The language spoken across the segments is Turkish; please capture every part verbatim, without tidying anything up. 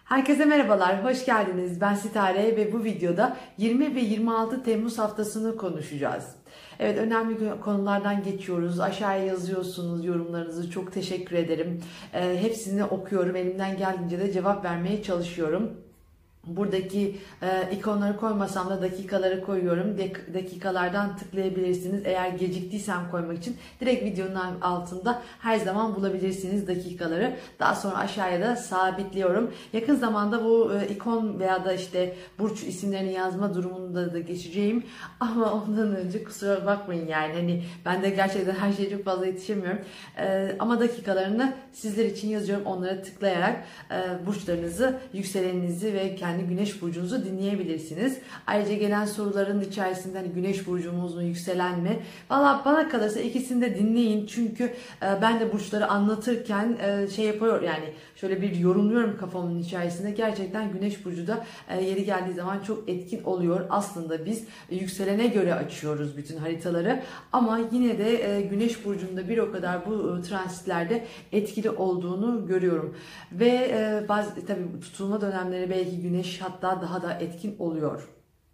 Herkese merhabalar, hoş geldiniz. Ben Sitare ve bu videoda yirmi ve yirmi altı Temmuz haftasını konuşacağız. Evet, önemli konulardan geçiyoruz. Aşağıya yazıyorsunuz yorumlarınızı. Çok teşekkür ederim. Ee, hepsini okuyorum. Elimden geldiğince de cevap vermeye çalışıyorum. Buradaki e, ikonları koymasam da dakikaları koyuyorum. Dak- dakikalardan tıklayabilirsiniz. Eğer geciktiysem koymak için direkt videonun altında her zaman bulabilirsiniz dakikaları. Daha sonra aşağıya da sabitliyorum. Yakın zamanda bu e, ikon veya da işte burç isimlerini yazma durumunda da geçeceğim. Ama ondan önce kusura bakmayın yani. Hani ben de gerçekten her şeye çok fazla yetişemiyorum. E, ama dakikalarını sizler için yazıyorum. Onlara tıklayarak e, burçlarınızı, yükseleninizi ve kendi kendi güneş burcunuzu dinleyebilirsiniz. Ayrıca gelen soruların içerisinde hani güneş burcumuz mu, yükselen mi? Valla bana kalırsa ikisini de dinleyin. Çünkü e, ben de burçları anlatırken e, şey yapıyor yani şöyle bir yorumluyorum kafamın içerisinde. Gerçekten güneş burcu da e, yeri geldiği zaman çok etkin oluyor. Aslında biz yükselene göre açıyoruz bütün haritaları. Ama yine de e, güneş burcunda bir o kadar bu e, transitlerde etkili olduğunu görüyorum. Ve e, bazı tabii tutulma dönemleri belki güneş hatta daha da etkin oluyor.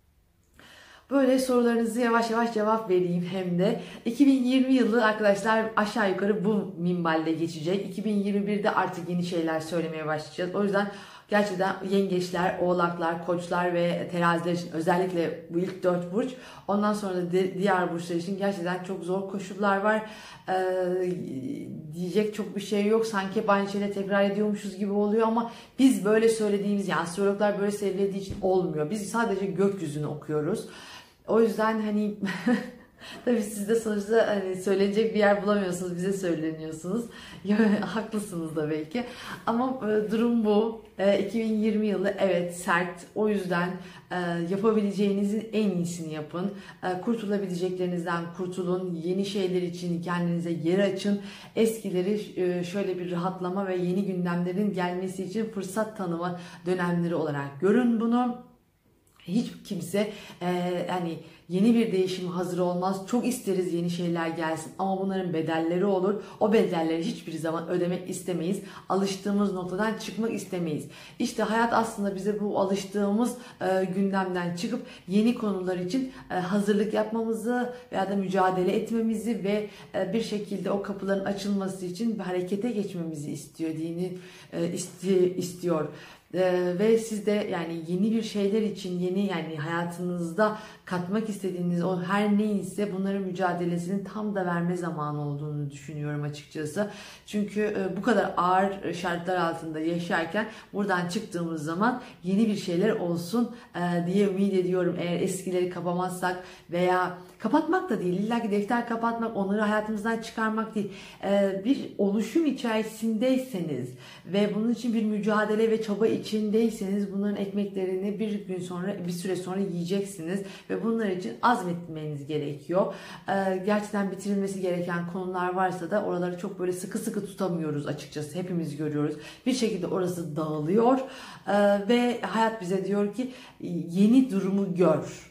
Böyle sorularınızı yavaş yavaş cevap vereyim hem de. iki bin yirmi yılı arkadaşlar aşağı yukarı bu minvalle geçecek. iki bin yirmi birde artık yeni şeyler söylemeye başlayacağız. O yüzden gerçekten yengeçler, oğlaklar, koçlar ve teraziler için özellikle bu ilk dört burç. Ondan sonra da diğer burçlar için gerçekten çok zor koşullar var. Ee, diyecek çok bir şey yok. Sanki hep aynı şeyleri tekrar ediyormuşuz gibi oluyor ama biz böyle söylediğimiz yani astrologlar böyle söylediği için olmuyor. Biz sadece gökyüzünü okuyoruz. O yüzden hani tabii siz de sonuçta hani söylenecek bir yer bulamıyorsunuz, bize söyleniyorsunuz. Haklısınız da belki. Ama e, durum bu. E, iki bin yirmi yılı evet sert. O yüzden e, yapabileceğinizin en iyisini yapın. E, kurtulabileceklerinizden kurtulun. Yeni şeyler için kendinize yer açın. Eskileri e, şöyle bir rahatlama ve yeni gündemlerin gelmesi için fırsat tanıma dönemleri olarak görün bunu. Hiç kimse e, yani yeni bir değişim hazır olmaz. Çok isteriz yeni şeyler gelsin ama bunların bedelleri olur. O bedelleri hiçbir zaman ödemek istemeyiz. Alıştığımız noktadan çıkmak istemeyiz. İşte hayat aslında bize bu alıştığımız e, gündemden çıkıp yeni konular için e, hazırlık yapmamızı veya da mücadele etmemizi ve e, bir şekilde o kapıların açılması için bir harekete geçmemizi istiyor dini e, isti, istiyor. Ee, ve siz de yani yeni bir şeyler için yeni yani hayatınızda katmak istediğiniz o her neyse bunların mücadelesinin tam da verme zamanı olduğunu düşünüyorum açıkçası. Çünkü e, bu kadar ağır şartlar altında yaşarken buradan çıktığımız zaman yeni bir şeyler olsun e, diye ümit ediyorum. Eğer eskileri kapamazsak veya kapatmak da değil, illa ki defter kapatmak, onları hayatımızdan çıkarmak değil. E, bir oluşum içerisindeyseniz ve bunun için bir mücadele ve çaba içindeyseniz bunların ekmeklerini bir gün sonra, bir süre sonra yiyeceksiniz ve bunlar için azmetmeniz gerekiyor. Ee, gerçekten bitirilmesi gereken konular varsa da oraları çok böyle sıkı sıkı tutamıyoruz açıkçası. Hepimiz görüyoruz. Bir şekilde orası dağılıyor ee, ve hayat bize diyor ki yeni durumu gör.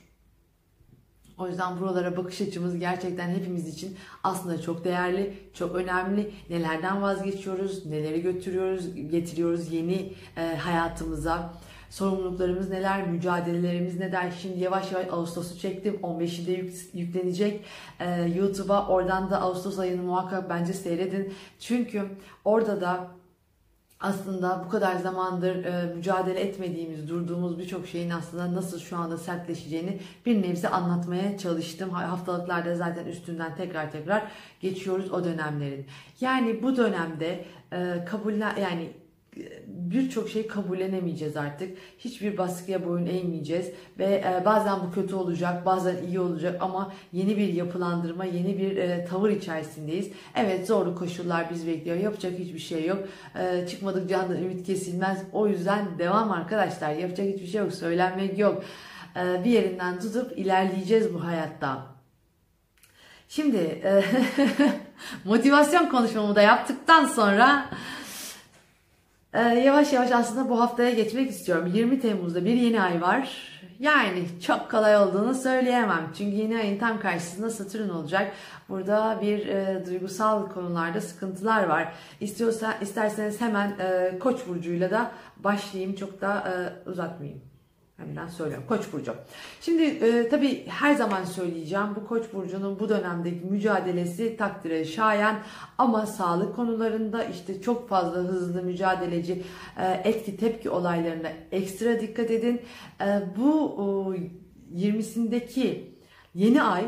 O yüzden buralara bakış açımız gerçekten hepimiz için aslında çok değerli, çok önemli. Nelerden vazgeçiyoruz, neleri götürüyoruz, getiriyoruz yeni e, hayatımıza. Sorumluluklarımız neler, mücadelelerimiz neler. Şimdi yavaş yavaş Ağustos'u çektim. on beşinde yük, yüklenecek e, YouTube'a. Oradan da Ağustos ayını muhakkak bence seyredin. Çünkü orada da aslında bu kadar zamandır e, mücadele etmediğimiz, durduğumuz birçok şeyin aslında nasıl şu anda sertleşeceğini bir nebze anlatmaya çalıştım. Haftalıklarda zaten üstünden tekrar tekrar geçiyoruz o dönemlerin. Yani bu dönemde e, kabullen yani birçok şey kabullenemeyeceğiz artık. Hiçbir baskıya boyun eğmeyeceğiz ve e, bazen bu kötü olacak, bazen iyi olacak ama yeni bir yapılandırma, yeni bir e, tavır içerisindeyiz. Evet, zorlu koşullar bizi bekliyor. Yapacak hiçbir şey yok. E, çıkmadık candan ümit kesilmez. O yüzden devam arkadaşlar. Yapacak hiçbir şey yok. Söylenmek yok. E, bir yerinden tutup ilerleyeceğiz bu hayatta. Şimdi e, motivasyon konuşmamı da yaptıktan sonra Ee, yavaş yavaş aslında bu haftaya geçmek istiyorum. yirmi Temmuz'da bir yeni ay var. Yani çok kolay olduğunu söyleyemem. Çünkü yeni ayın tam karşısında Satürn olacak. Burada bir e, duygusal konularda sıkıntılar var. İstiyorsa, isterseniz hemen e, Koç burcuyla da başlayayım. Çok da e, uzatmayayım. Hemen söylüyorum. Koç burcu. Şimdi e, tabii her zaman söyleyeceğim. Bu Koç burcunun bu dönemdeki mücadelesi takdire şayan, ama sağlık konularında işte çok fazla hızlı mücadeleci e, etki tepki olaylarına ekstra dikkat edin. E, bu e, yirmisindeki yeni ay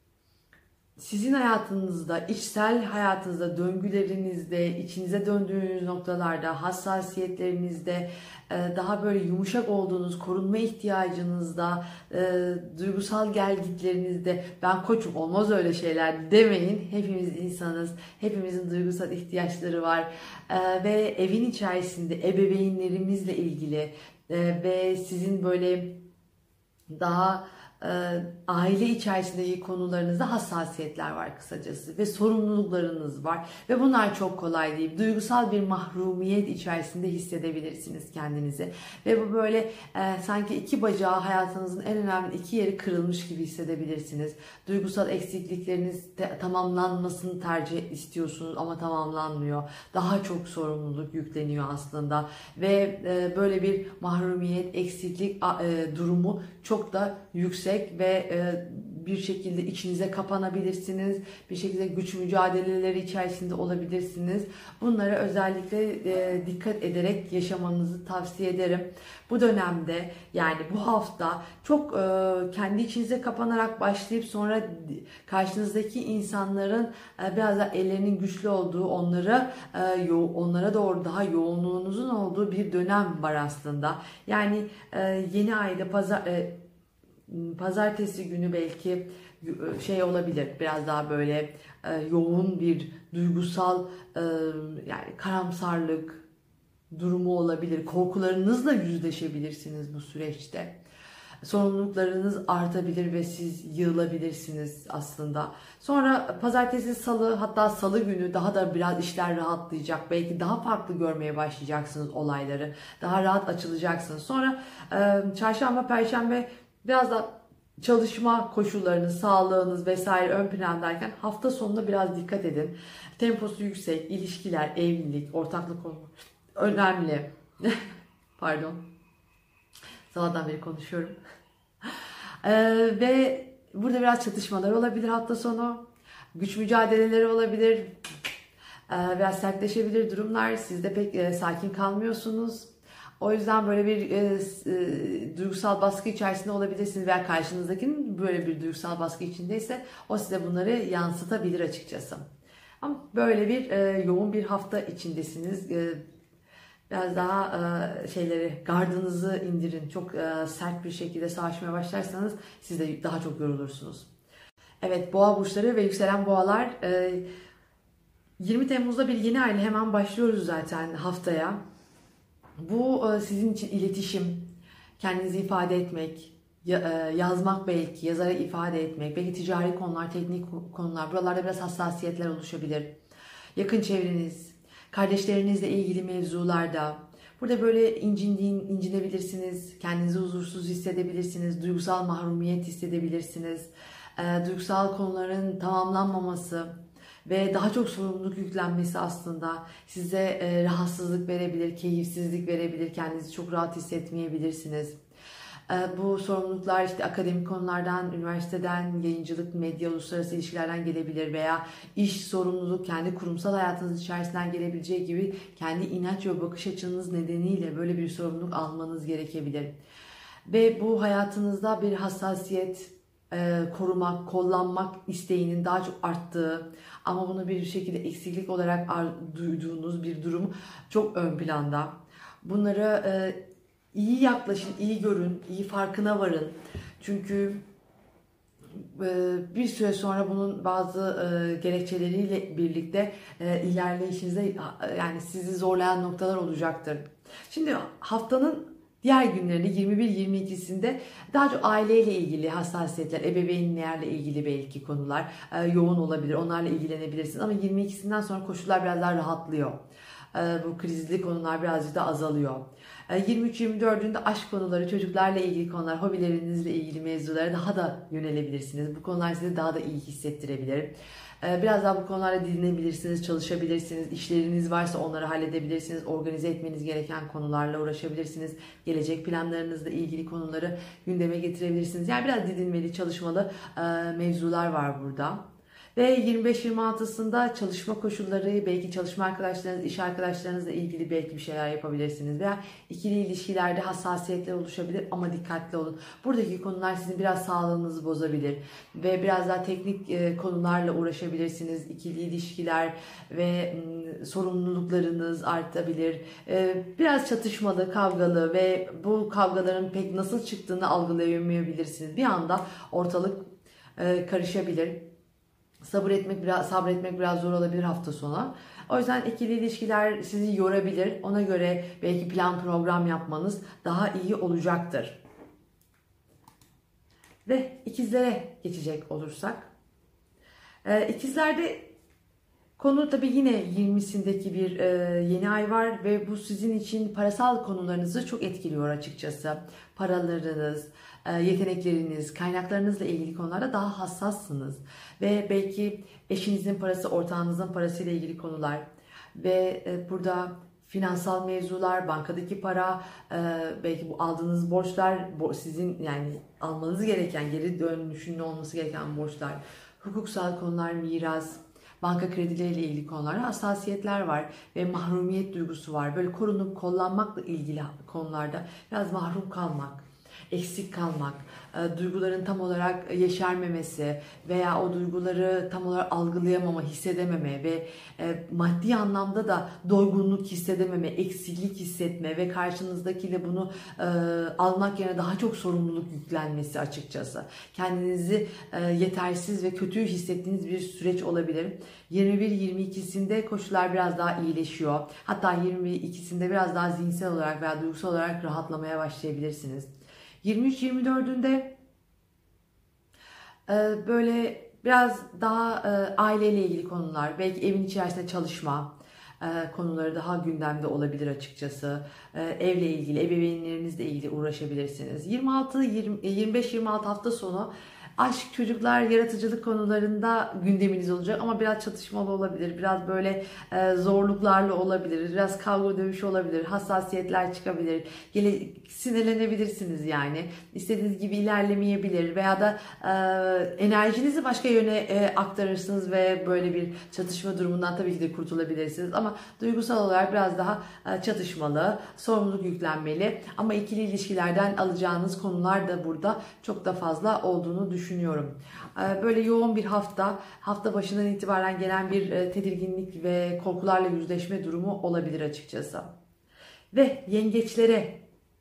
sizin hayatınızda, içsel hayatınızda, döngülerinizde, içinize döndüğünüz noktalarda, hassasiyetlerinizde, daha böyle yumuşak olduğunuz, korunma ihtiyacınızda, duygusal gelgitlerinizde, ben koçum olmaz öyle şeyler demeyin. Hepimiz insanız, hepimizin duygusal ihtiyaçları var ve evin içerisinde ebeveynlerimizle ilgili ve sizin böyle daha aile içerisindeki konularınızda hassasiyetler var kısacası ve sorumluluklarınız var ve bunlar çok kolay değil. Duygusal bir mahrumiyet içerisinde hissedebilirsiniz kendinizi ve bu böyle e, sanki iki bacağı hayatınızın en önemli iki yeri kırılmış gibi hissedebilirsiniz. Duygusal eksiklikleriniz de, tamamlanmasını tercih istiyorsunuz ama tamamlanmıyor. Daha çok sorumluluk yükleniyor aslında ve e, böyle bir mahrumiyet, eksiklik e, durumu çok da yüksek ve bir şekilde içinize kapanabilirsiniz. Bir şekilde güç mücadeleleri içerisinde olabilirsiniz. Bunlara özellikle dikkat ederek yaşamanızı tavsiye ederim. Bu dönemde, yani bu hafta çok kendi içinize kapanarak başlayıp sonra karşınızdaki insanların biraz da ellerinin güçlü olduğu, onlara onlara doğru daha yoğunluğunuzun olduğu bir dönem var aslında. Yani yeni ayda pazar Pazartesi günü belki şey olabilir, biraz daha böyle yoğun bir duygusal yani karamsarlık durumu olabilir. Korkularınızla yüzleşebilirsiniz bu süreçte. Sorumluluklarınız artabilir ve siz yığılabilirsiniz aslında. Sonra pazartesi, salı, hatta salı günü daha da biraz işler rahatlayacak. Belki daha farklı görmeye başlayacaksınız olayları. Daha rahat açılacaksınız. Sonra çarşamba, perşembe biraz da çalışma koşullarınız, sağlığınız vesaire ön plandayken hafta sonunda biraz dikkat edin. Temposu yüksek, ilişkiler, evlilik, ortaklık konu önemli. Pardon. Sabahtan beri konuşuyorum. ee, ve burada biraz çatışmalar olabilir hafta sonu. Güç mücadeleleri olabilir. Ee, biraz sertleşebilir durumlar. Siz de pek e, sakin kalmıyorsunuz. O yüzden böyle bir e, e, duygusal baskı içerisinde olabilirsiniz veya karşınızdakinin böyle bir duygusal baskı içindeyse o size bunları yansıtabilir açıkçası. Ama böyle bir e, yoğun bir hafta içindesiniz. E, biraz daha e, şeyleri, gardınızı indirin. Çok e, sert bir şekilde savaşmaya başlarsanız siz de daha çok yorulursunuz. Evet, boğa burçları ve yükselen boğalar, e, yirmi Temmuz'da bir yeni ayla hemen başlıyoruz zaten haftaya. Bu sizin için iletişim, kendinizi ifade etmek, yazmak belki, yazarak ifade etmek, belki ticari konular, teknik konular, buralarda biraz hassasiyetler oluşabilir. Yakın çevreniz, kardeşlerinizle ilgili mevzularda, burada böyle incindiğin, incinebilirsiniz, kendinizi huzursuz hissedebilirsiniz, duygusal mahrumiyet hissedebilirsiniz, duygusal konuların tamamlanmaması ve daha çok sorumluluk yüklenmesi aslında size e, rahatsızlık verebilir, keyifsizlik verebilir, kendinizi çok rahat hissetmeyebilirsiniz. E, bu sorumluluklar işte akademik konulardan, üniversiteden, yayıncılık, medya, uluslararası ilişkilerden gelebilir veya iş sorumluluk, kendi kurumsal hayatınız içerisinden gelebileceği gibi kendi inanç ve bakış açınız nedeniyle böyle bir sorumluluk almanız gerekebilir. Ve bu hayatınızda bir hassasiyet, korumak, kollanmak isteğinin daha çok arttığı ama bunu bir şekilde eksiklik olarak duyduğunuz bir durum çok ön planda. Bunlara iyi yaklaşın, iyi görün, iyi farkına varın. Çünkü bir süre sonra bunun bazı gerekçeleriyle birlikte ilerleyişinizde yani sizi zorlayan noktalar olacaktır. Şimdi haftanın diğer günlerinde yirmi bir yirmi ikisinde daha çok aileyle ilgili hassasiyetler, ebeveynlerle ilgili belki konular yoğun olabilir. Onlarla ilgilenebilirsiniz ama yirmi ikisinden sonra koşullar biraz daha rahatlıyor. bu krizli konular birazcık da azalıyor. yirmi üç yirmi dördünde aşk konuları, çocuklarla ilgili konular, hobilerinizle ilgili mevzulara daha da yönelebilirsiniz. Bu konular sizi daha da iyi hissettirebilir. Biraz daha bu konularda dinleyebilirsiniz, çalışabilirsiniz. İşleriniz varsa onları halledebilirsiniz. Organize etmeniz gereken konularla uğraşabilirsiniz. Gelecek planlarınızla ilgili konuları gündeme getirebilirsiniz. Yani biraz didinmeli, çalışmalı mevzular var burada. Ve yirmi beş yirmi altısında çalışma koşulları, belki çalışma arkadaşlarınız, iş arkadaşlarınızla ilgili belki bir şeyler yapabilirsiniz. Veya ikili ilişkilerde hassasiyetler oluşabilir ama dikkatli olun. Buradaki konular sizin biraz sağlığınızı bozabilir. Ve biraz daha teknik konularla uğraşabilirsiniz. İkili ilişkiler ve sorumluluklarınız artabilir. Biraz çatışmalı, kavgalı ve bu kavgaların pek nasıl çıktığını algılayamayabilirsiniz. Bir anda ortalık karışabilir. Sabır etmek biraz sabretmek biraz zor olabilir hafta sonu. O yüzden ikili ilişkiler sizi yorabilir. Ona göre belki plan program yapmanız daha iyi olacaktır. Ve ikizlere geçecek olursak. Ee, ikizlerde konu tabii yine yirmisindeki bir e, yeni ay var ve bu sizin için parasal konularınızı çok etkiliyor açıkçası. Paralarınız, yetenekleriniz, kaynaklarınızla ilgili konularda daha hassassınız. Ve belki eşinizin parası, ortağınızın parası ile ilgili konular ve burada finansal mevzular, bankadaki para, belki bu aldığınız borçlar, sizin yani almanız gereken, geri dönüşünün olması gereken borçlar, hukuksal konular, miras, banka kredileriyle ilgili konularda hassasiyetler var ve mahrumiyet duygusu var. Böyle korunup kollanmakla ilgili konularda biraz mahrum kalmak, eksik kalmak, duyguların tam olarak yeşermemesi veya o duyguları tam olarak algılayamama, hissedememe ve maddi anlamda da doygunluk hissedememe, eksiklik hissetme ve karşınızdakiyle bunu almak yerine daha çok sorumluluk yüklenmesi açıkçası. Kendinizi yetersiz ve kötü hissettiğiniz bir süreç olabilir. yirmi bir yirmi ikisinde koşullar biraz daha iyileşiyor. Hatta yirmi ikisinde biraz daha zihinsel olarak veya duygusal olarak rahatlamaya başlayabilirsiniz. yirmi üç yirmi dördünde böyle biraz daha aileyle ilgili konular, belki evin içerisinde çalışma konuları daha gündemde olabilir açıkçası. Evle ilgili, ebeveynlerinizle ilgili uğraşabilirsiniz. yirmi altı yirmi beş yirmi altı hafta sonu aşk, çocuklar, yaratıcılık konularında gündeminiz olacak ama biraz çatışmalı olabilir. Biraz böyle e, zorluklarla olabilir. Biraz kavga dövüş olabilir. Hassasiyetler çıkabilir. Gele, sinirlenebilirsiniz yani. İstediğiniz gibi ilerlemeyebilir veya da e, enerjinizi başka yöne e, aktarırsınız ve böyle bir çatışma durumundan tabii ki de kurtulabilirsiniz. Ama duygusal olarak biraz daha e, çatışmalı, sorumluluk yüklenmeli. Ama ikili ilişkilerden alacağınız konular da burada çok da fazla olduğunu düşünüyorum. düşünüyorum. Böyle yoğun bir hafta, hafta başından itibaren gelen bir tedirginlik ve korkularla yüzleşme durumu olabilir açıkçası. Ve yengeçlere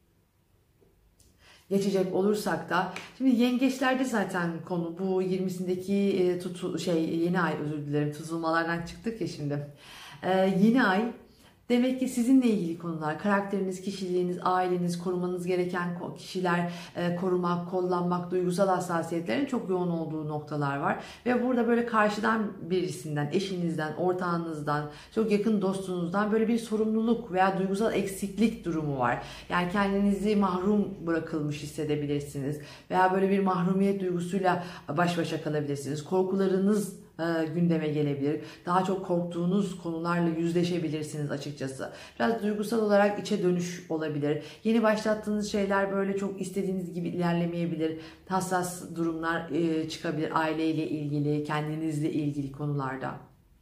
geçecek olursak da, şimdi yengeçlerde zaten konu bu yirmisindeki tutu, şey yeni ay, özür dilerim, tutulmalardan çıktık ya şimdi. Yeni ay demek ki sizinle ilgili konular, karakteriniz, kişiliğiniz, aileniz, korumanız gereken kişiler, e, korumak, kollanmak, duygusal hassasiyetlerin çok yoğun olduğu noktalar var. Ve burada böyle karşıdan birisinden, eşinizden, ortağınızdan, çok yakın dostunuzdan böyle bir sorumluluk veya duygusal eksiklik durumu var. Yani kendinizi mahrum bırakılmış hissedebilirsiniz. Veya böyle bir mahrumiyet duygusuyla baş başa kalabilirsiniz. Korkularınız gündeme gelebilir. Daha çok korktuğunuz konularla yüzleşebilirsiniz açıkçası. Biraz duygusal olarak içe dönüş olabilir. Yeni başlattığınız şeyler böyle çok istediğiniz gibi ilerlemeyebilir. Hassas durumlar çıkabilir aileyle ilgili, kendinizle ilgili konularda.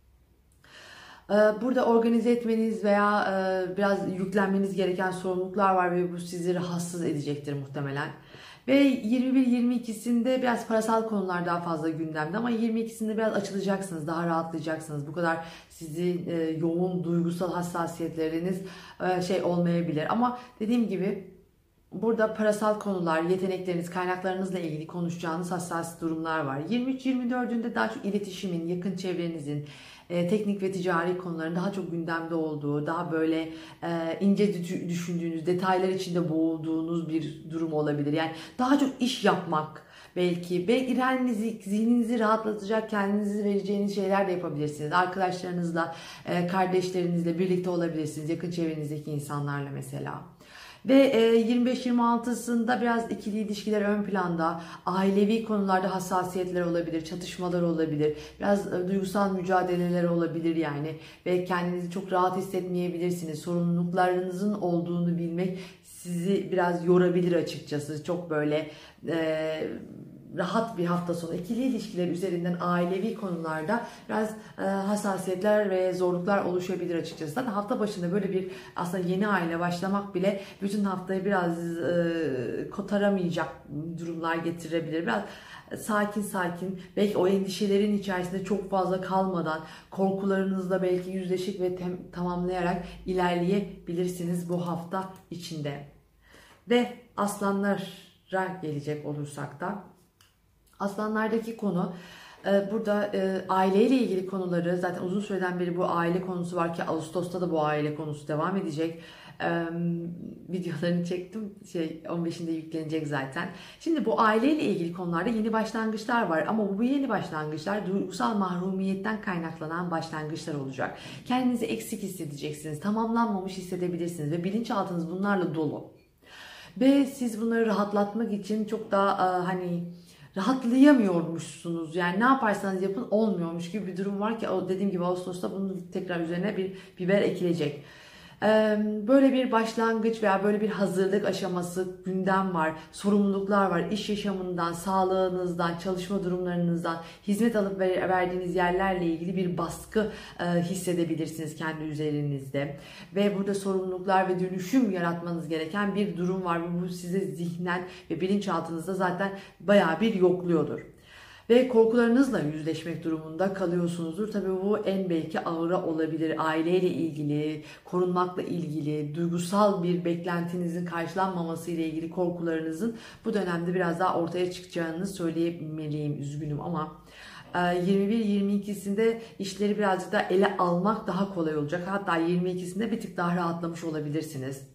Burada organize etmeniz veya biraz yüklenmeniz gereken sorumluluklar var ve bu sizi rahatsız edecektir muhtemelen. Ve yirmi bir yirmi ikisinde biraz parasal konular daha fazla gündemde ama yirmi ikisinde biraz açılacaksınız, daha rahatlayacaksınız. Bu kadar sizin yoğun duygusal hassasiyetleriniz şey olmayabilir. Ama dediğim gibi burada parasal konular, yetenekleriniz, kaynaklarınızla ilgili konuşacağınız hassas durumlar var. yirmi üç yirmi dördünde daha çok iletişimin, yakın çevrenizin, E, teknik ve ticari konuların daha çok gündemde olduğu, daha böyle e, ince düşündüğünüz, detaylar içinde boğulduğunuz bir durum olabilir. Yani daha çok iş yapmak Belki belki kendinizi, zihninizi rahatlatacak, kendinizi vereceğiniz şeyler de yapabilirsiniz. Arkadaşlarınızla, e, kardeşlerinizle birlikte olabilirsiniz. Yakın çevrenizdeki insanlarla mesela. Ve yirmi beş yirmi altısında biraz ikili ilişkiler ön planda, ailevi konularda hassasiyetler olabilir, çatışmalar olabilir, biraz duygusal mücadeleler olabilir yani. Ve kendinizi çok rahat hissetmeyebilirsiniz. Sorumluluklarınızın olduğunu bilmek sizi biraz yorabilir açıkçası. Çok böyle e, rahat bir hafta sonu. İkili ilişkiler üzerinden ailevi konularda biraz e, hassasiyetler ve zorluklar oluşabilir açıkçası. Zaten hafta başında böyle bir aslında yeni aile başlamak bile bütün haftayı biraz e, kotaramayacak durumlar getirebilir. Biraz sakin sakin, belki o endişelerin içerisinde çok fazla kalmadan korkularınızla belki yüzleşik ve tem- tamamlayarak ilerleyebilirsiniz bu hafta içinde. Ve aslanlara gelecek olursak da, aslanlardaki konu burada aileyle ilgili konuları, zaten uzun süreden beri bu aile konusu var ki Ağustos'ta da bu aile konusu devam edecek. Videolarını çektim, şey on beşinde yüklenecek zaten. Şimdi bu aileyle ilgili konularda yeni başlangıçlar var ama bu yeni başlangıçlar duygusal mahrumiyetten kaynaklanan başlangıçlar olacak. Kendinizi eksik hissedeceksiniz, tamamlanmamış hissedebilirsiniz ve bilinçaltınız bunlarla dolu. Ve siz bunları rahatlatmak için çok daha hani rahatlayamıyormuşsunuz. Yani ne yaparsanız yapın olmuyormuş gibi bir durum var ki dediğim gibi Ağustos'ta bunun tekrar üzerine bir biber ekilecek. Böyle bir başlangıç veya böyle bir hazırlık aşaması, gündem var, sorumluluklar var. İş yaşamından, sağlığınızdan, çalışma durumlarınızdan, hizmet alıp verdiğiniz yerlerle ilgili bir baskı hissedebilirsiniz kendi üzerinizde. Ve burada sorumluluklar ve dönüşüm yaratmanız gereken bir durum var. Bu size zihnen ve bilinçaltınızda zaten bayağı bir yokluyordur. Ve korkularınızla yüzleşmek durumunda kalıyorsunuzdur. Tabii bu en belki ağırı olabilir. Aileyle ilgili, korunmakla ilgili, duygusal bir beklentinizin karşılanmaması ile ilgili korkularınızın bu dönemde biraz daha ortaya çıkacağını söyleyemeliyim. Üzgünüm ama yirmi bir yirmi ikisinde işleri birazcık daha ele almak daha kolay olacak. Hatta yirmi ikisinde bir tık daha rahatlamış olabilirsiniz.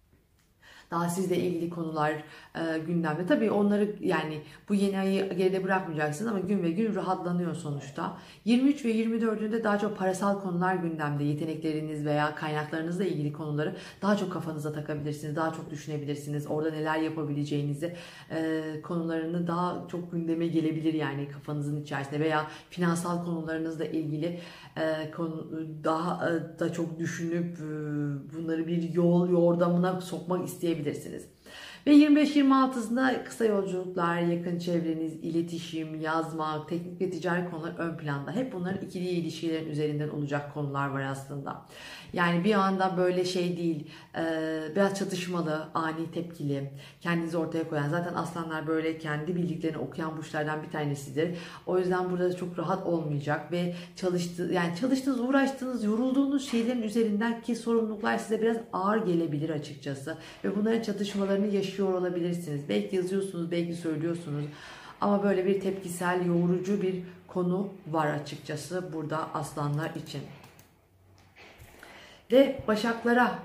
Daha sizle ilgili konular e, gündemde. Tabii onları yani bu yeni ayı geride bırakmayacaksınız ama gün ve gün rahatlanıyor sonuçta. yirmi üç ve yirmi dördünde daha çok parasal konular gündemde. Yetenekleriniz veya kaynaklarınızla ilgili konuları daha çok kafanıza takabilirsiniz. Daha çok düşünebilirsiniz. Orada neler yapabileceğinizi e, konularını daha çok gündeme gelebilir yani kafanızın içerisinde. Veya finansal konularınızla ilgili e, konu, daha e, da çok düşünüp e, bunları bir yol yordamına sokmak isteyebilirsiniz. Ve yirmi beş yirmi altısında kısa yolculuklar, yakın çevreniz, iletişim, yazmak, teknik ve ticari konular ön planda. Hep bunların ikili ilişkilerin üzerinden olacak konular var aslında. Yani bir anda böyle şey değil, biraz çatışmalı, ani tepkili, kendinizi ortaya koyan. Zaten aslanlar böyle kendi bildiklerini okuyan burçlardan bir tanesidir. O yüzden burada çok rahat olmayacak ve çalıştı, yani çalıştığınız, uğraştığınız, yorulduğunuz şeylerin üzerindeki sorumluluklar size biraz ağır gelebilir açıkçası. Ve bunların çatışmalarını yaşıyor olabilirsiniz. Belki yazıyorsunuz, belki söylüyorsunuz. Ama böyle bir tepkisel, yoğurucu bir konu var açıkçası burada aslanlar için. Ve başaklara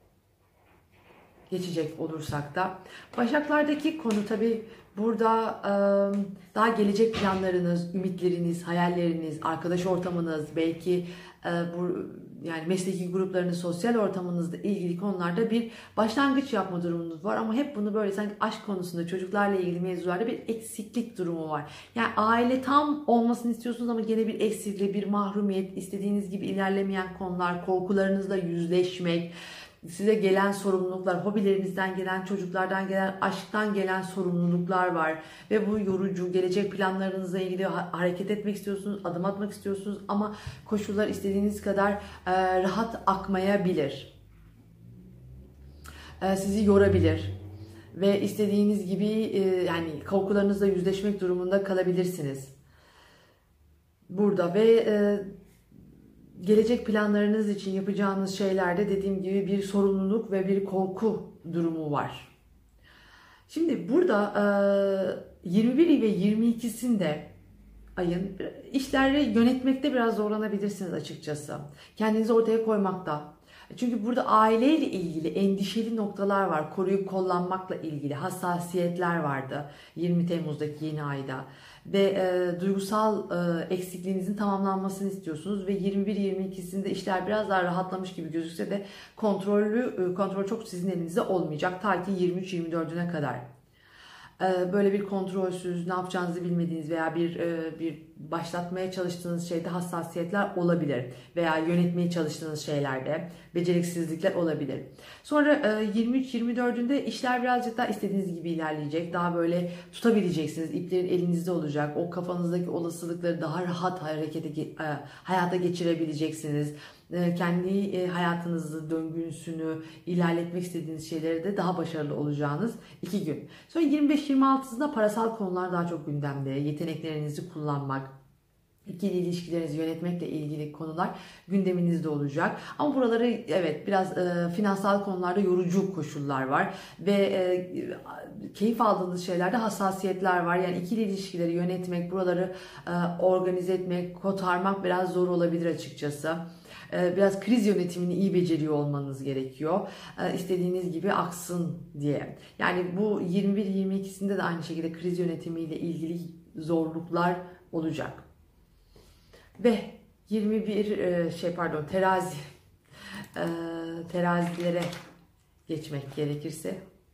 geçecek olursak da, başaklardaki konu tabi burada daha gelecek planlarınız, ümitleriniz, hayalleriniz, arkadaş ortamınız, belki bu yani mesleki gruplarınız, sosyal ortamınızla ilgili konularda bir başlangıç yapma durumunuz var ama hep bunu böyle sanki aşk konusunda, çocuklarla ilgili mevzularda bir eksiklik durumu var. Yani aile tam olmasını istiyorsunuz ama gene bir eksiklik, bir mahrumiyet, istediğiniz gibi ilerlemeyen konular, korkularınızla yüzleşmek, size gelen sorumluluklar, hobilerinizden gelen, çocuklardan gelen, aşktan gelen sorumluluklar var. Ve bu yorucu, gelecek planlarınızla ilgili hareket etmek istiyorsunuz, adım atmak istiyorsunuz ama koşullar istediğiniz kadar e, rahat akmayabilir. E, sizi yorabilir. Ve istediğiniz gibi e, yani korkularınızla yüzleşmek durumunda kalabilirsiniz. Burada ve e, gelecek planlarınız için yapacağınız şeylerde dediğim gibi bir sorumluluk ve bir korku durumu var. Şimdi burada yirmi bir ve yirmi ikisinde ayın işleri yönetmekte biraz zorlanabilirsiniz açıkçası. Kendinizi ortaya koymakta, Çünkü burada aileyle ilgili endişeli noktalar var. Koruyup kollanmakla ilgili hassasiyetler vardı yirmi Temmuz'daki yeni ayda. Ve e, duygusal e, eksikliğinizin tamamlanmasını istiyorsunuz ve yirmi bir yirmi ikisinde işler biraz daha rahatlamış gibi gözükse de kontrollü e, kontrol çok sizin elinizde olmayacak ta ki yirmi üç yirmi dördüne kadar. Böyle bir kontrolsüz, ne yapacağınızı bilmediğiniz veya bir bir başlatmaya çalıştığınız şeyde hassasiyetler olabilir veya yönetmeye çalıştığınız şeylerde beceriksizlikler olabilir. Sonra yirmi üç yirmi dördünde işler birazcık daha istediğiniz gibi ilerleyecek. Daha böyle tutabileceksiniz. İplerin elinizde olacak. O kafanızdaki olasılıkları daha rahat harekete hayata geçirebileceksiniz. Kendi hayatınızı, döngüsünü ilerletmek istediğiniz şeylere de daha başarılı olacağınız iki gün. Sonra yirmi beş yirmi altısında parasal konular daha çok gündemde. Yeteneklerinizi kullanmak, İkili ilişkilerinizi yönetmekle ilgili konular gündeminizde olacak. Ama buraları evet biraz e, finansal konularda yorucu koşullar var ve e, keyif aldığınız şeylerde hassasiyetler var. Yani ikili ilişkileri yönetmek, buraları e, organize etmek, kotarmak biraz zor olabilir açıkçası. Biraz kriz yönetimini iyi beceriyor olmanız gerekiyor. İstediğiniz gibi aksın diye. Yani bu yirmi bir yirmi ikisinde de aynı şekilde kriz yönetimiyle ilgili zorluklar olacak. Ve yirmi bir şey pardon terazi terazilere geçmek gerekirse.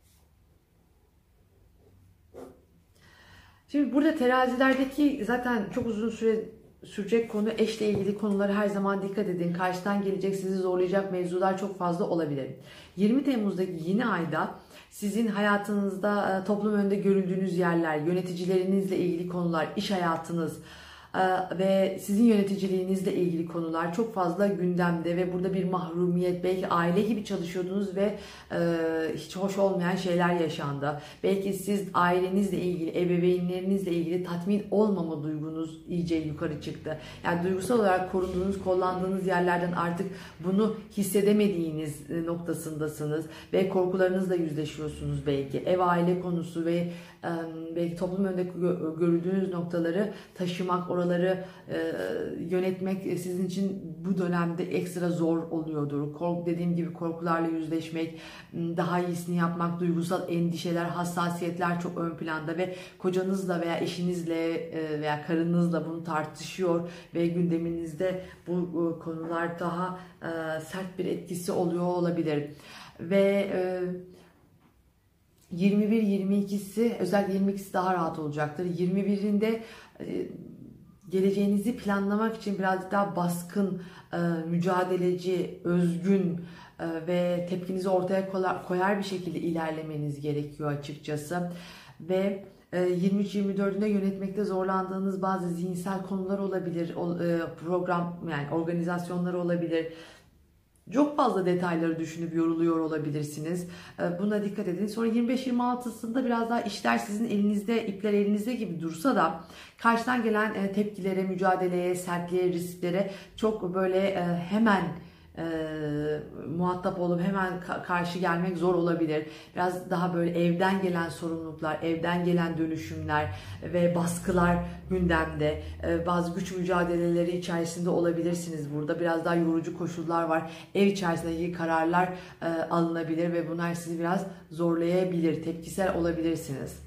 Şimdi burada terazilerdeki zaten çok uzun süre sürecek konu eşle ilgili konulara her zaman dikkat edin. Karşıdan gelecek sizi zorlayacak mevzular çok fazla olabilir. yirmi Temmuz'daki yeni ayda sizin hayatınızda toplum önünde görüldüğünüz yerler, yöneticilerinizle ilgili konular, iş hayatınız ve sizin yöneticiliğinizle ilgili konular çok fazla gündemde ve burada bir mahrumiyet, belki aile gibi çalışıyordunuz ve e, hiç hoş olmayan şeyler yaşandı. Belki siz ailenizle ilgili, ebeveynlerinizle ilgili tatmin olmama duygunuz iyice yukarı çıktı. Yani duygusal olarak korunduğunuz, kollandığınız yerlerden artık bunu hissedemediğiniz noktasındasınız ve korkularınızla yüzleşiyorsunuz belki. Ev aile konusu ve e, belki toplum önünde görüldüğünüz noktaları taşımak, oraları e, yönetmek sizin için bu dönemde ekstra zor oluyordur. Kork, dediğim gibi korkularla yüzleşmek, daha iyisini yapmak, duygusal endişeler, hassasiyetler çok ön planda ve kocanızla veya eşinizle e, veya karınızla bunu tartışıyor ve gündeminizde bu e, konular daha e, sert bir etkisi oluyor olabilir. Ve e, yirmi bir yirmi ikisi özellikle yirmi ikisi daha rahat olacaktır. yirmi birinde e, geleceğinizi planlamak için biraz daha baskın, e, mücadeleci, özgün e, ve tepkinizi ortaya koyar bir şekilde ilerlemeniz gerekiyor açıkçası. Ve yirmi üç yirmi dördünde yönetmekte zorlandığınız bazı zihinsel konular olabilir, program yani organizasyonlar olabilir. Çok fazla detayları düşünüp yoruluyor olabilirsiniz. Buna dikkat edin. Sonra yirmi beş yirmi altısında biraz daha işler sizin elinizde, ipler elinizde gibi dursa da karşıdan gelen tepkilere, mücadeleye, sertliğe, risklere çok böyle hemen e, muhatap olup hemen ka karşı gelmek zor olabilir. Biraz daha böyle evden gelen sorumluluklar, evden gelen dönüşümler ve baskılar gündemde. E, bazı güç mücadeleleri içerisinde olabilirsiniz burada. Biraz daha yorucu koşullar var. Ev içerisindeki kararlar e, alınabilir ve bunlar sizi biraz zorlayabilir. Tepkisel olabilirsiniz.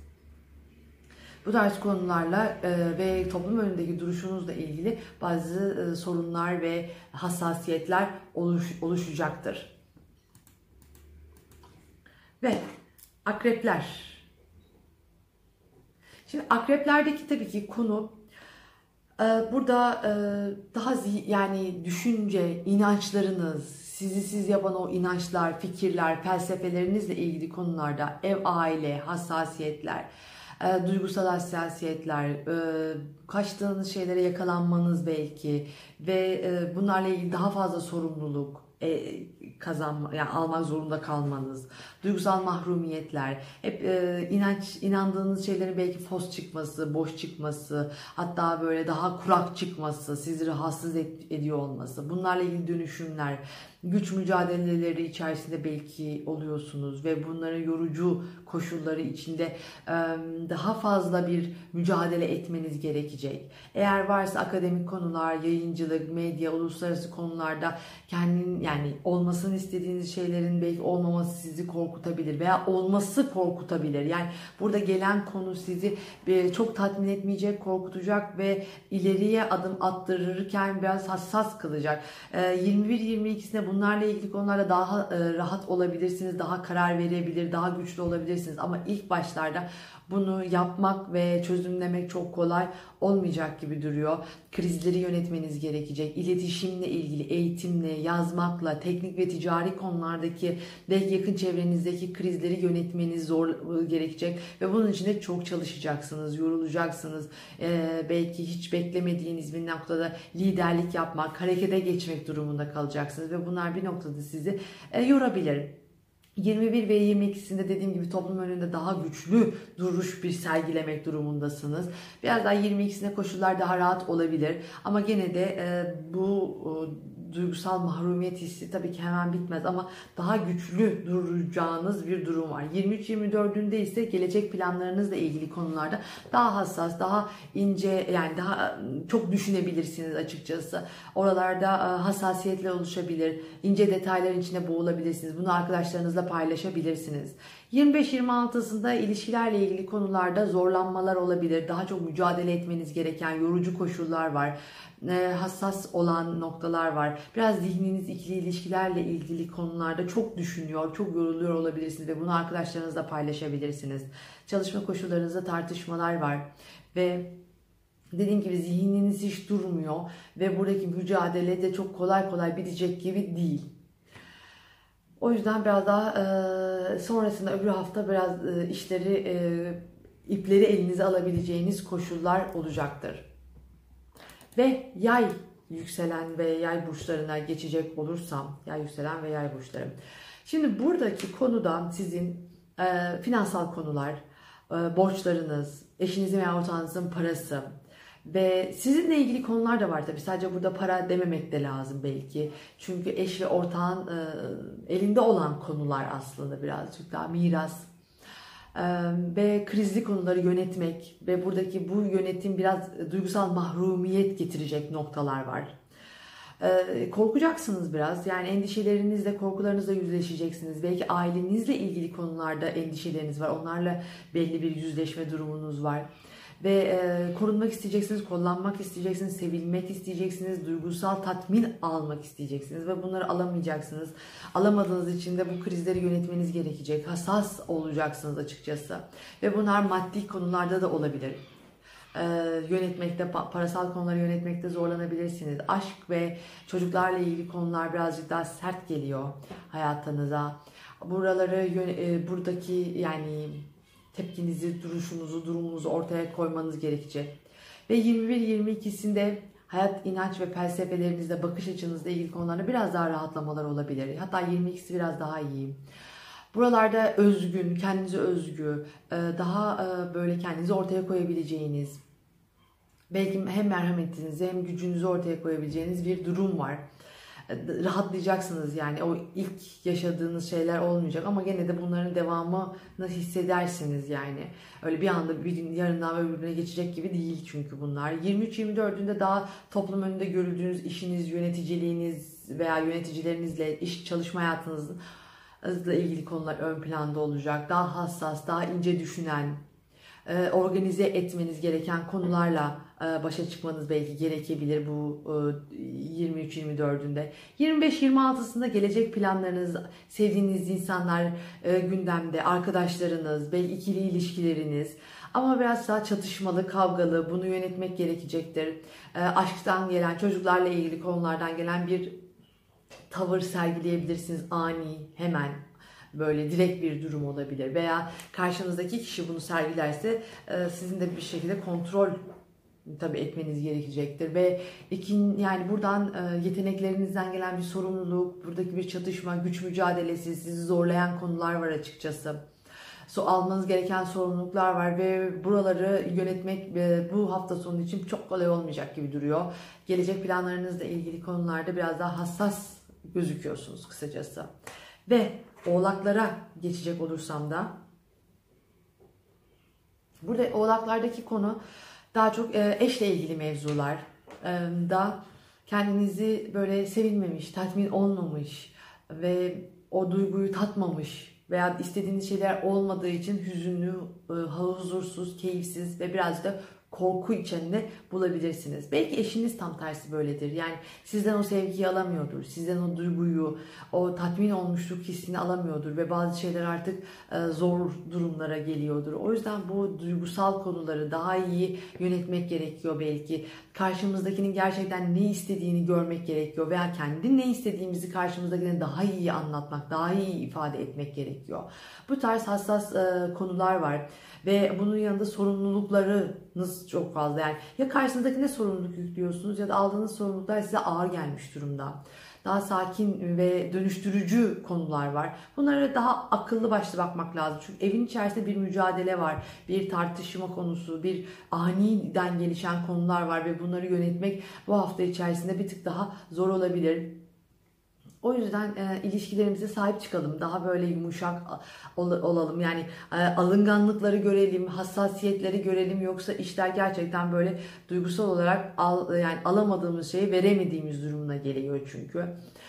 Bu tarz konularla e, ve toplum önündeki duruşunuzla ilgili bazı e, sorunlar ve hassasiyetler oluş, oluşacaktır. Ve akrepler. Şimdi akreplerdeki tabii ki konu e, burada e, daha yani düşünce, inançlarınız, sizi siz yapan o inançlar, fikirler, felsefelerinizle ilgili konularda ev, aile, hassasiyetler, E, duygusal hassasiyetler, e, kaçtığınız şeylere yakalanmanız belki ve e, bunlarla ilgili daha fazla sorumluluk e, kazanma, yani almak zorunda kalmanız, duygusal mahrumiyetler, hep e, inanç, inandığınız şeylerin belki fos çıkması, boş çıkması, hatta böyle daha kurak çıkması, sizi rahatsız et, ediyor olması, bunlarla ilgili dönüşümler. güç mücadeleleri içerisinde belki oluyorsunuz ve bunların yorucu koşulları içinde daha fazla bir mücadele etmeniz gerekecek. Eğer varsa akademik konular, yayıncılık, medya, uluslararası konularda kendin yani olmasını istediğiniz şeylerin belki olmaması sizi korkutabilir veya olması korkutabilir. Yani burada gelen konu sizi çok tatmin etmeyecek, korkutacak ve ileriye adım attırırken biraz hassas kılacak. yirmi bir yirmi ikisinde bunlarla ilgili konularda daha rahat olabilirsiniz, daha karar verebilir, daha güçlü olabilirsiniz. Ama ilk başlarda bunu yapmak ve çözümlemek çok kolay olmayacak gibi duruyor. Krizleri yönetmeniz gerekecek. İletişimle ilgili, eğitimle, yazmakla, teknik ve ticari konulardaki ve yakın çevrenizdeki krizleri yönetmeniz zor gerekecek. Ve bunun için de çok çalışacaksınız, yorulacaksınız. Ee, belki hiç beklemediğiniz bir noktada liderlik yapmak, harekete geçmek durumunda kalacaksınız. Ve bunlar bir noktada sizi e, yorabilir. yirmi bir ve yirmi ikisinde dediğim gibi toplum önünde daha güçlü duruş bir sergilemek durumundasınız. Biraz daha yirmi ikisinde koşullar daha rahat olabilir. Ama gene de e, bu e, duygusal mahrumiyet hissi tabii ki hemen bitmez ama daha güçlü duracağınız bir durum var. yirmi üç yirmi dördünde ise gelecek planlarınızla ilgili konularda daha hassas, daha ince yani daha çok düşünebilirsiniz açıkçası. Oralarda e, hassasiyetler oluşabilir, ince detayların içine boğulabilirsiniz. Bunu arkadaşlarınızla paylaşabilirsiniz. yirmi beş yirmi altısında ilişkilerle ilgili konularda zorlanmalar olabilir. Daha çok mücadele etmeniz gereken yorucu koşullar var. E, hassas olan noktalar var. Biraz zihniniz ikili ilişkilerle ilgili konularda çok düşünüyor, çok yoruluyor olabilirsiniz ve bunu arkadaşlarınızla paylaşabilirsiniz. Çalışma koşullarınızda tartışmalar var ve dediğim gibi zihniniz hiç durmuyor ve buradaki mücadele de çok kolay kolay bitecek gibi değil. O yüzden biraz daha e, sonrasında öbür hafta biraz e, işleri, e, ipleri elinize alabileceğiniz koşullar olacaktır. Ve yay yükselen ve yay burçlarına geçecek olursam, yay yükselen ve yay burçları. Şimdi buradaki konuda sizin e, finansal konular, e, borçlarınız, eşinizin veya ortağınızın parası ve sizinle ilgili konular da var tabii. Sadece burada para dememek de lazım belki. Çünkü eş ve ortağın e, elinde olan konular aslında birazcık daha miras e, ve krizli konuları yönetmek ve buradaki bu yönetim biraz duygusal mahrumiyet getirecek noktalar var. Ee, korkacaksınız biraz. Yani endişelerinizle, korkularınızla yüzleşeceksiniz. Belki ailenizle ilgili konularda endişeleriniz var. Onlarla belli bir yüzleşme durumunuz var. Ve e, korunmak isteyeceksiniz, kollanmak isteyeceksiniz, sevilmek isteyeceksiniz, duygusal tatmin almak isteyeceksiniz ve bunları alamayacaksınız. Alamadığınız için de bu krizleri yönetmeniz gerekecek. Hassas olacaksınız açıkçası. Ve bunlar maddi konularda da olabilir. Ee, yönetmekte, parasal konuları yönetmekte zorlanabilirsiniz. Aşk ve çocuklarla ilgili konular birazcık daha sert geliyor hayatınıza. Buraları, e, buradaki yani tepkinizi, duruşunuzu, durumunuzu ortaya koymanız gerekecek. Ve yirmi bir yirmi ikisinde hayat, inanç ve felsefelerinizle, bakış açınızla ilgili konularda biraz daha rahatlamalar olabilir. Hatta yirmi ikisi biraz daha iyi. Buralarda özgün, kendinize özgü, daha böyle kendinizi ortaya koyabileceğiniz, belki hem merhametinizi hem gücünüzü ortaya koyabileceğiniz bir durum var. Rahatlayacaksınız yani. O ilk yaşadığınız şeyler olmayacak ama gene de bunların devamını hissedersiniz yani. Öyle bir anda bir gün yarından öbürüne geçecek gibi değil çünkü bunlar. yirmi üç yirmi dördünde daha toplum önünde görüldüğünüz işiniz, yöneticiliğiniz veya yöneticilerinizle, iş çalışma hayatınızla ilgili konular ön planda olacak. Daha hassas, daha ince düşünen, organize etmeniz gereken konularla başa çıkmanız belki gerekebilir bu yirmi üç yirmi dördünde. yirmi beş yirmi altısında gelecek planlarınız, sevdiğiniz insanlar gündemde, arkadaşlarınız, belki ikili ilişkileriniz. Ama biraz daha çatışmalı, kavgalı, bunu yönetmek gerekecektir. Aşktan gelen, çocuklarla ilgili konulardan gelen bir tavır sergileyebilirsiniz ani, hemen. Böyle direkt bir durum olabilir veya karşınızdaki kişi bunu sergilerse sizin de bir şekilde kontrol tabii etmeniz gerekecektir ve ikin, yani buradan yeteneklerinizden gelen bir sorumluluk, buradaki bir çatışma, güç mücadelesi, sizi zorlayan konular var açıkçası. So, almanız gereken sorumluluklar var ve buraları yönetmek bu hafta sonu için çok kolay olmayacak gibi duruyor. Gelecek planlarınızla ilgili konularda biraz daha hassas gözüküyorsunuz kısacası. Ve oğlaklara geçecek olursam da, burada oğlaklardaki konu daha çok eşle ilgili mevzular, da kendinizi böyle sevilmemiş, tatmin olmamış ve o duyguyu tatmamış veya istediğiniz şeyler olmadığı için hüzünlü, huzursuz, keyifsiz ve biraz da korku içinde bulabilirsiniz. Belki eşiniz tam tersi böyledir. Yani sizden o sevgiyi alamıyordur. Sizden o duyguyu, o tatmin olmuşluk hissini alamıyordur ve bazı şeyler artık zor durumlara geliyordur. O yüzden bu duygusal konuları daha iyi yönetmek gerekiyor belki. Karşımızdakinin gerçekten ne istediğini görmek gerekiyor veya kendi ne istediğimizi karşımızdakine daha iyi anlatmak, daha iyi ifade etmek gerekiyor. Bu tarz hassas konular var. Ve bunun yanında sorumluluklarınız çok fazla. Yani ya karşınızdakine sorumluluk yüklüyorsunuz ya da aldığınız sorumluluklar size ağır gelmiş durumda. Daha sakin ve dönüştürücü konular var. Bunlara daha akıllı başlı bakmak lazım. Çünkü evin içerisinde bir mücadele var. Bir tartışma konusu, bir aniden gelişen konular var ve bunları yönetmek bu hafta içerisinde bir tık daha zor olabilir. O yüzden e, ilişkilerimize sahip çıkalım. Daha böyle yumuşak ol, olalım. Yani e, alınganlıkları görelim, hassasiyetleri görelim. Yoksa işler gerçekten böyle duygusal olarak al, yani alamadığımız şeyi veremediğimiz durumuna geliyor çünkü.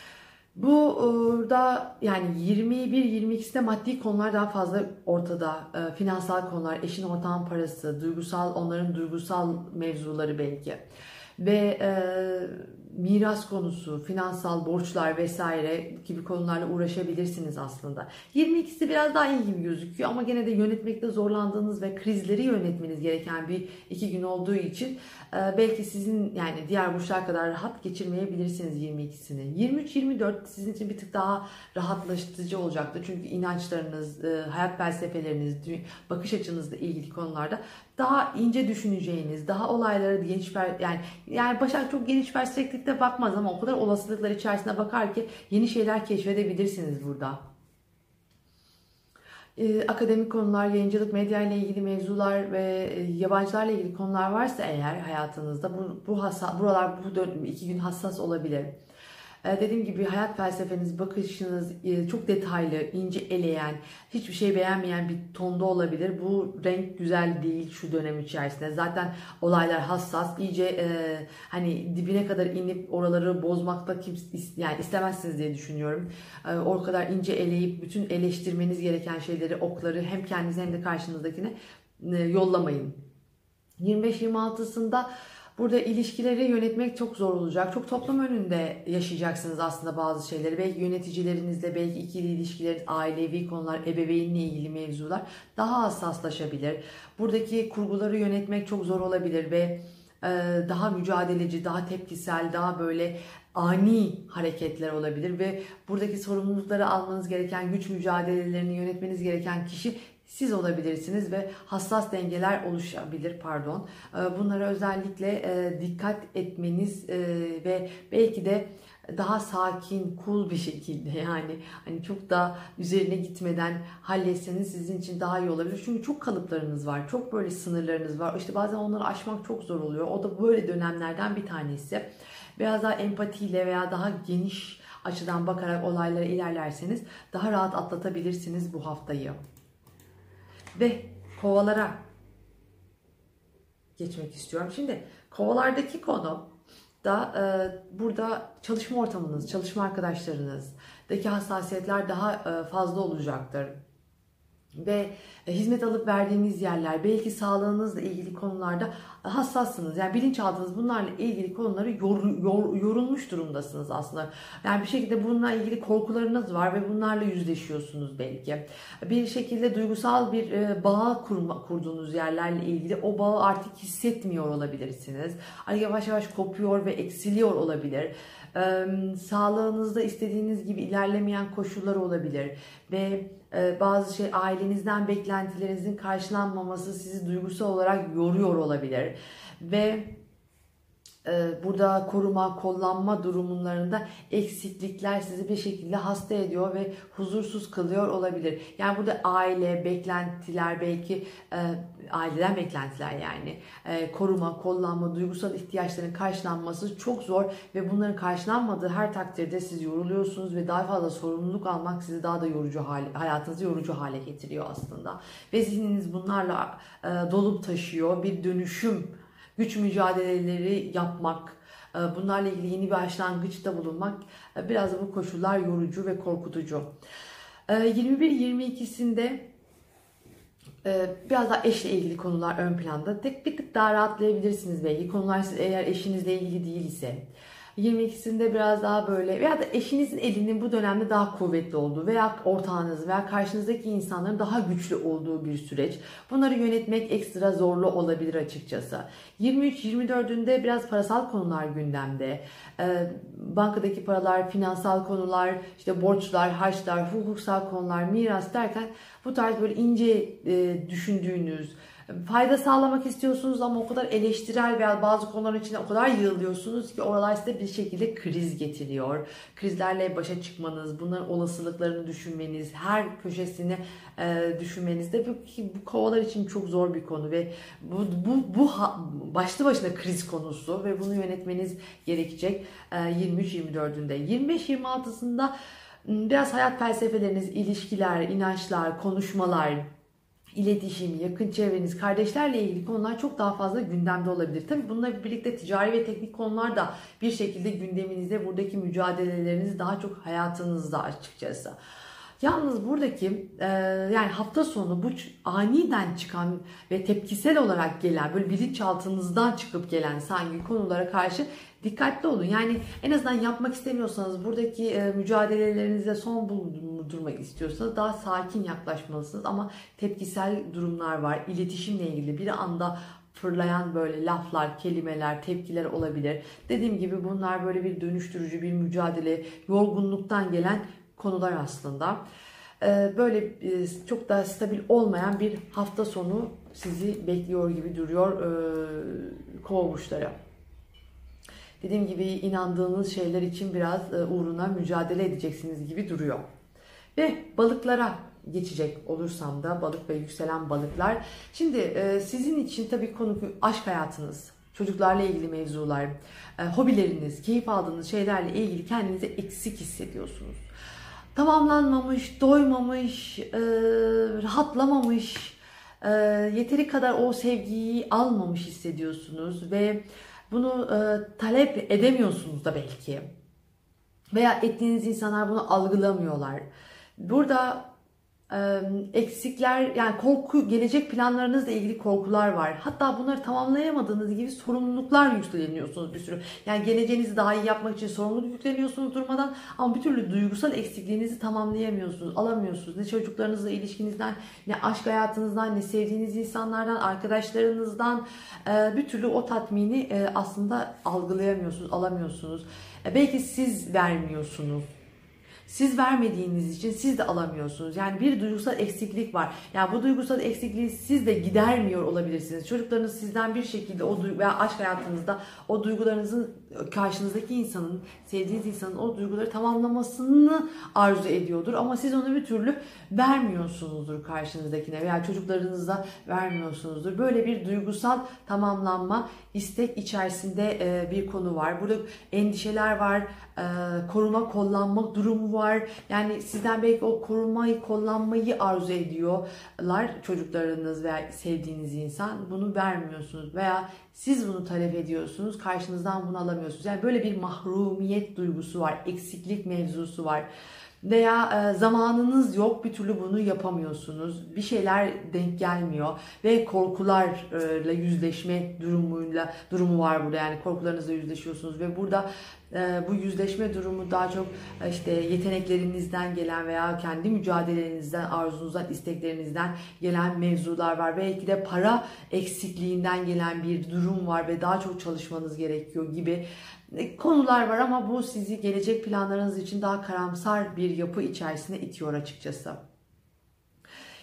Burada yani yirmi bir yirmi ikisinde maddi konular daha fazla ortada. E, finansal konular, eşin ortağın parası, duygusal onların duygusal mevzuları belki. Ve e, miras konusu, finansal borçlar vesaire gibi konularla uğraşabilirsiniz aslında. yirmi ikisi biraz daha iyi gibi gözüküyor ama gene de yönetmekte zorlandığınız ve krizleri yönetmeniz gereken bir iki gün olduğu için belki sizin yani diğer burçlar kadar rahat geçirmeyebilirsiniz yirmi ikisini. yirmi üç yirmi dört sizin için bir tık daha rahatlatıcı olacaktır. Çünkü inançlarınız, hayat felsefeleriniz, bakış açınızla ilgili konularda daha ince düşüneceğiniz, daha olaylara geniş yani yani Başak çok geniş perspektifte bakmaz ama o kadar olasılıklar içerisine bakar ki yeni şeyler keşfedebilirsiniz burada. Ee, akademik konular, yayıncılık, medya ile ilgili mevzular ve yabancılarla ilgili konular varsa eğer hayatınızda bu, bu hassa, buralar bu iki gün hassas olabilir. Dediğim gibi hayat felsefeniz, bakışınız çok detaylı, ince eleyen, hiçbir şey beğenmeyen bir tonda olabilir. Bu renk güzel değil şu dönem içerisinde. Zaten olaylar hassas, iyice e, hani dibine kadar inip oraları bozmakta kimse yani istemezsiniz diye düşünüyorum. E, o kadar ince eleyip bütün eleştirmeniz gereken şeyleri, okları hem kendinize hem de karşınızdakine e, yollamayın. yirmi beş yirmi altısında burada ilişkileri yönetmek çok zor olacak. Çok toplum önünde yaşayacaksınız aslında bazı şeyleri. Belki yöneticilerinizle, belki ikili ilişkiler, ailevi konular, ebeveynle ilgili mevzular daha hassaslaşabilir. Buradaki kurguları yönetmek çok zor olabilir ve daha mücadeleci, daha tepkisel, daha böyle ani hareketler olabilir ve buradaki sorumlulukları almanız gereken, güç mücadelelerini yönetmeniz gereken kişi siz olabilirsiniz ve hassas dengeler oluşabilir, pardon. Bunlara özellikle dikkat etmeniz ve belki de daha sakin, cool bir şekilde yani hani çok da üzerine gitmeden halletseniz sizin için daha iyi olabilir. Çünkü çok kalıplarınız var, çok böyle sınırlarınız var. İşte bazen onları aşmak çok zor oluyor. O da böyle dönemlerden bir tanesi. Biraz daha empatiyle veya daha geniş açıdan bakarak olaylara ilerlerseniz daha rahat atlatabilirsiniz bu haftayı. Ve kovalara geçmek istiyorum. Şimdi kovalardaki konu da e, burada çalışma ortamınız, çalışma arkadaşlarınızdaki hassasiyetler daha e, fazla olacaktır. Ve e, hizmet alıp verdiğiniz yerler, belki sağlığınızla ilgili konularda hassassınız. Yani bilinçaltınız bunlarla ilgili konuları yor, yor, yorulmuş durumdasınız aslında. Yani bir şekilde bununla ilgili korkularınız var ve bunlarla yüzleşiyorsunuz belki. Bir şekilde duygusal bir e, bağ kurma, kurduğunuz yerlerle ilgili o bağı artık hissetmiyor olabilirsiniz. Hani yavaş yavaş kopuyor ve eksiliyor olabilir. Ee, sağlığınızda istediğiniz gibi ilerlemeyen koşullar olabilir ve e, bazı şey ailenizden beklentilerinizin karşılanmaması sizi duygusal olarak yoruyor olabilir ve burada koruma, kollanma durumlarında eksiklikler sizi bir şekilde hasta ediyor ve huzursuz kılıyor olabilir. Yani burada aile, beklentiler, belki e, aileden beklentiler yani e, koruma, kollanma, duygusal ihtiyaçların karşılanması çok zor ve bunların karşılanmadığı her takdirde siz yoruluyorsunuz ve daha fazla sorumluluk almak sizi daha da yorucu hale, hayatınızı yorucu hale getiriyor aslında. Ve zihniniz bunlarla e, dolup taşıyor. Bir dönüşüm, güç mücadeleleri yapmak, bunlarla ilgili yeni bir başlangıçta bulunmak, biraz da bu koşullar yorucu ve korkutucu. yirmi bir yirmi ikisinde biraz daha eşle ilgili konular ön planda. Tek bir tık daha rahatlayabilirsiniz belki. Konular eğer eşinizle ilgili değil ise. yirmi ikisinde biraz daha böyle veya da eşinizin elinin bu dönemde daha kuvvetli olduğu veya ortağınız veya karşınızdaki insanların daha güçlü olduğu bir süreç. Bunları yönetmek ekstra zorlu olabilir açıkçası. yirmi üç yirmi dördünde biraz parasal konular gündemde. Bankadaki paralar, finansal konular, işte borçlar, harçlar, hukuksal konular, miras derken bu tarz böyle ince düşündüğünüz, fayda sağlamak istiyorsunuz ama o kadar eleştirel veya bazı konuların içine o kadar yığılıyorsunuz ki oralar size bir şekilde kriz getiriyor. Krizlerle başa çıkmanız, bunların olasılıklarını düşünmeniz, her köşesini e, düşünmenizde bu, bu kovalar için çok zor bir konu ve bu, bu, bu başlı başına kriz konusu ve bunu yönetmeniz gerekecek e, yirmi üç yirmi dördünde. yirmi beş yirmi altısında biraz hayat felsefeleriniz, ilişkiler, inançlar, konuşmalar, İletişim, yakın çevreniz, kardeşlerle ilgili konular çok daha fazla gündemde olabilir. Tabii bununla birlikte ticari ve teknik konular da bir şekilde gündeminizde, buradaki mücadeleleriniz daha çok hayatınızda açıkçası. Yalnız buradaki e, yani hafta sonu bu aniden çıkan ve tepkisel olarak gelen, böyle bilinçaltınızdan çıkıp gelen sanki konulara karşı dikkatli olun. Yani en azından yapmak istemiyorsanız, buradaki e, mücadelelerinize son buldurmak istiyorsanız daha sakin yaklaşmalısınız. Ama tepkisel durumlar var. İletişimle ilgili bir anda fırlayan böyle laflar, kelimeler, tepkiler olabilir. Dediğim gibi bunlar böyle bir dönüştürücü, bir mücadele, yorgunluktan gelen konular aslında. Böyle çok da stabil olmayan bir hafta sonu sizi bekliyor gibi duruyor Kova burçları. Dediğim gibi inandığınız şeyler için biraz uğruna mücadele edeceksiniz gibi duruyor. Ve balıklara geçecek olursam da, balık ve yükselen balıklar. Şimdi sizin için tabii konu aşk hayatınız, çocuklarla ilgili mevzular, hobileriniz, keyif aldığınız şeylerle ilgili kendinizi eksik hissediyorsunuz. Tamamlanmamış, doymamış, rahatlamamış, yeteri kadar o sevgiyi almamış hissediyorsunuz ve bunu talep edemiyorsunuz da belki. Veya ettiğiniz insanlar bunu algılamıyorlar. Burada e, eksikler, yani korku, gelecek planlarınızla ilgili korkular var. Hatta bunları tamamlayamadığınız gibi sorumluluklar yükleniyorsunuz bir sürü. Yani geleceğinizi daha iyi yapmak için sorumluluk yükleniyorsunuz durmadan ama bir türlü duygusal eksikliğinizi tamamlayamıyorsunuz, alamıyorsunuz. Ne çocuklarınızla ilişkinizden, ne aşk hayatınızdan, ne sevdiğiniz insanlardan, arkadaşlarınızdan e, bir türlü o tatmini e, aslında algılayamıyorsunuz, alamıyorsunuz. E, belki siz vermiyorsunuz. Siz vermediğiniz için siz de alamıyorsunuz. Yani bir duygusal eksiklik var. Yani bu duygusal eksikliği siz de gidermiyor olabilirsiniz. Çocuklarınız sizden bir şekilde o duygu veya aşk hayatınızda o duygularınızın, karşınızdaki insanın, sevdiğiniz insanın o duyguları tamamlamasını arzu ediyordur. Ama siz onu bir türlü vermiyorsunuzdur karşınızdakine veya çocuklarınıza vermiyorsunuzdur. Böyle bir duygusal tamamlanma, istek içerisinde bir konu var. Burada endişeler var, koruma, kollanma durumu var. Yani sizden belki o korumayı, kollanmayı arzu ediyorlar çocuklarınız veya sevdiğiniz insan. Bunu vermiyorsunuz veya siz bunu talep ediyorsunuz, karşınızdan bunu alamıyorsunuz. Yani böyle bir mahrumiyet duygusu var, eksiklik mevzusu var. Veya e, zamanınız yok, bir türlü bunu yapamıyorsunuz. Bir şeyler denk gelmiyor ve korkularla yüzleşme durumuyla durumu var burada. Yani korkularınızla yüzleşiyorsunuz ve burada e, bu yüzleşme durumu daha çok e, işte yeteneklerinizden gelen veya kendi mücadelelerinizden, arzunuzdan, isteklerinizden gelen mevzular var. Belki de para eksikliğinden gelen bir durum var ve daha çok çalışmanız gerekiyor gibi konular var ama bu sizi gelecek planlarınız için daha karamsar bir yapı içerisine itiyor açıkçası.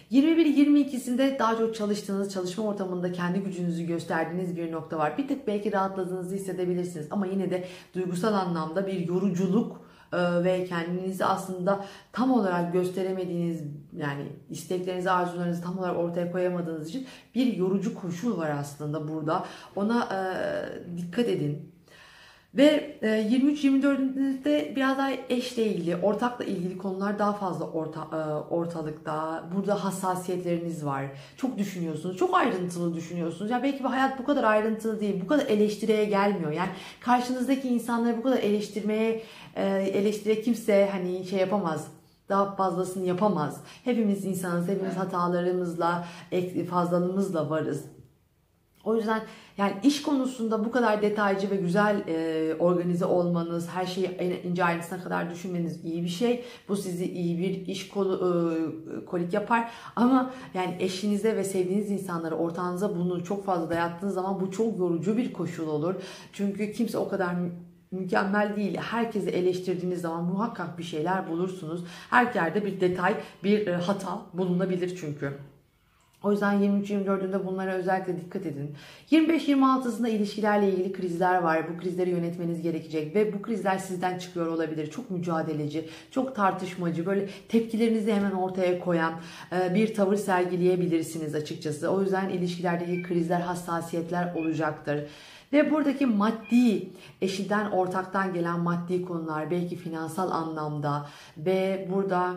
yirmi bir yirmi ikisinde daha çok çalıştığınız, çalışma ortamında kendi gücünüzü gösterdiğiniz bir nokta var. Bir tık belki rahatladığınızı hissedebilirsiniz ama yine de duygusal anlamda bir yoruculuk e, ve kendinizi aslında tam olarak gösteremediğiniz, yani isteklerinizi, arzularınızı tam olarak ortaya koyamadığınız için bir yorucu koşul var aslında burada. Ona e, dikkat edin. Ve yirmi üç yirmi dördünde biraz daha eşle ilgili, ortakla ilgili konular daha fazla orta, ortalıkta. Burada hassasiyetleriniz var. Çok düşünüyorsunuz. Çok ayrıntılı düşünüyorsunuz. Ya belki bir hayat bu kadar ayrıntılı değil. Bu kadar eleştiriye gelmiyor. Yani karşınızdaki insanları bu kadar eleştirmeye, eleştire kimse hani şey yapamaz. Daha fazlasını yapamaz. Hepimiz insanız. Hepimiz hatalarımızla, fazlalığımızla varız. O yüzden yani iş konusunda bu kadar detaycı ve güzel e, organize olmanız, her şeyi en ince ayrıntısına kadar düşünmeniz iyi bir şey. Bu sizi iyi bir iş kolu, e, kolik yapar. Ama yani eşinize ve sevdiğiniz insanlara, ortağınıza bunu çok fazla dayattığınız zaman bu çok yorucu bir koşul olur. Çünkü kimse o kadar mükemmel değil. Herkesi eleştirdiğiniz zaman muhakkak bir şeyler bulursunuz. Her yerde bir detay, bir e, hata bulunabilir çünkü. O yüzden yirmi üç yirmi dördünde bunlara özellikle dikkat edin. yirmi beş yirmi altısında ilişkilerle ilgili krizler var. Bu krizleri yönetmeniz gerekecek ve bu krizler sizden çıkıyor olabilir. Çok mücadeleci, çok tartışmacı, böyle tepkilerinizi hemen ortaya koyan bir tavır sergileyebilirsiniz açıkçası. O yüzden ilişkilerdeki krizler, hassasiyetler olacaktır. Ve buradaki maddi, eşinden, ortaktan gelen maddi konular, belki finansal anlamda ve burada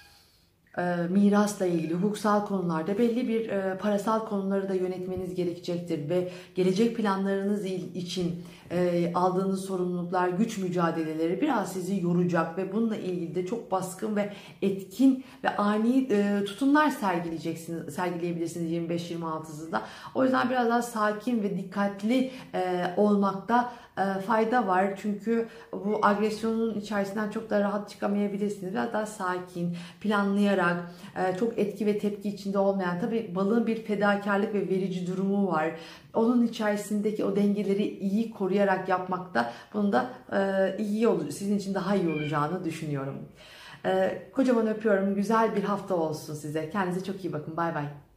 mirasla ilgili, hukuksal konularda belli bir e, parasal konuları da yönetmeniz gerekecektir ve gelecek planlarınız için e, aldığınız sorumluluklar, güç mücadeleleri biraz sizi yoracak ve bununla ilgili de çok baskın ve etkin ve ani e, tutumlar sergileyeceksiniz, sergileyebilirsiniz yirmi beş yirmi altısında. O yüzden biraz daha sakin ve dikkatli e, olmakta e, fayda var. Çünkü bu agresyonun içerisinden çok da rahat çıkamayabilirsiniz. Biraz daha sakin, planlayarak, çok etki ve tepki içinde olmayan, tabii balığın bir fedakarlık ve verici durumu var. Onun içerisindeki o dengeleri iyi koruyarak yapmakta bunun da iyi olur, sizin için daha iyi olacağını düşünüyorum. Kocaman öpüyorum. Güzel bir hafta olsun size. Kendinize çok iyi bakın. Bay bay.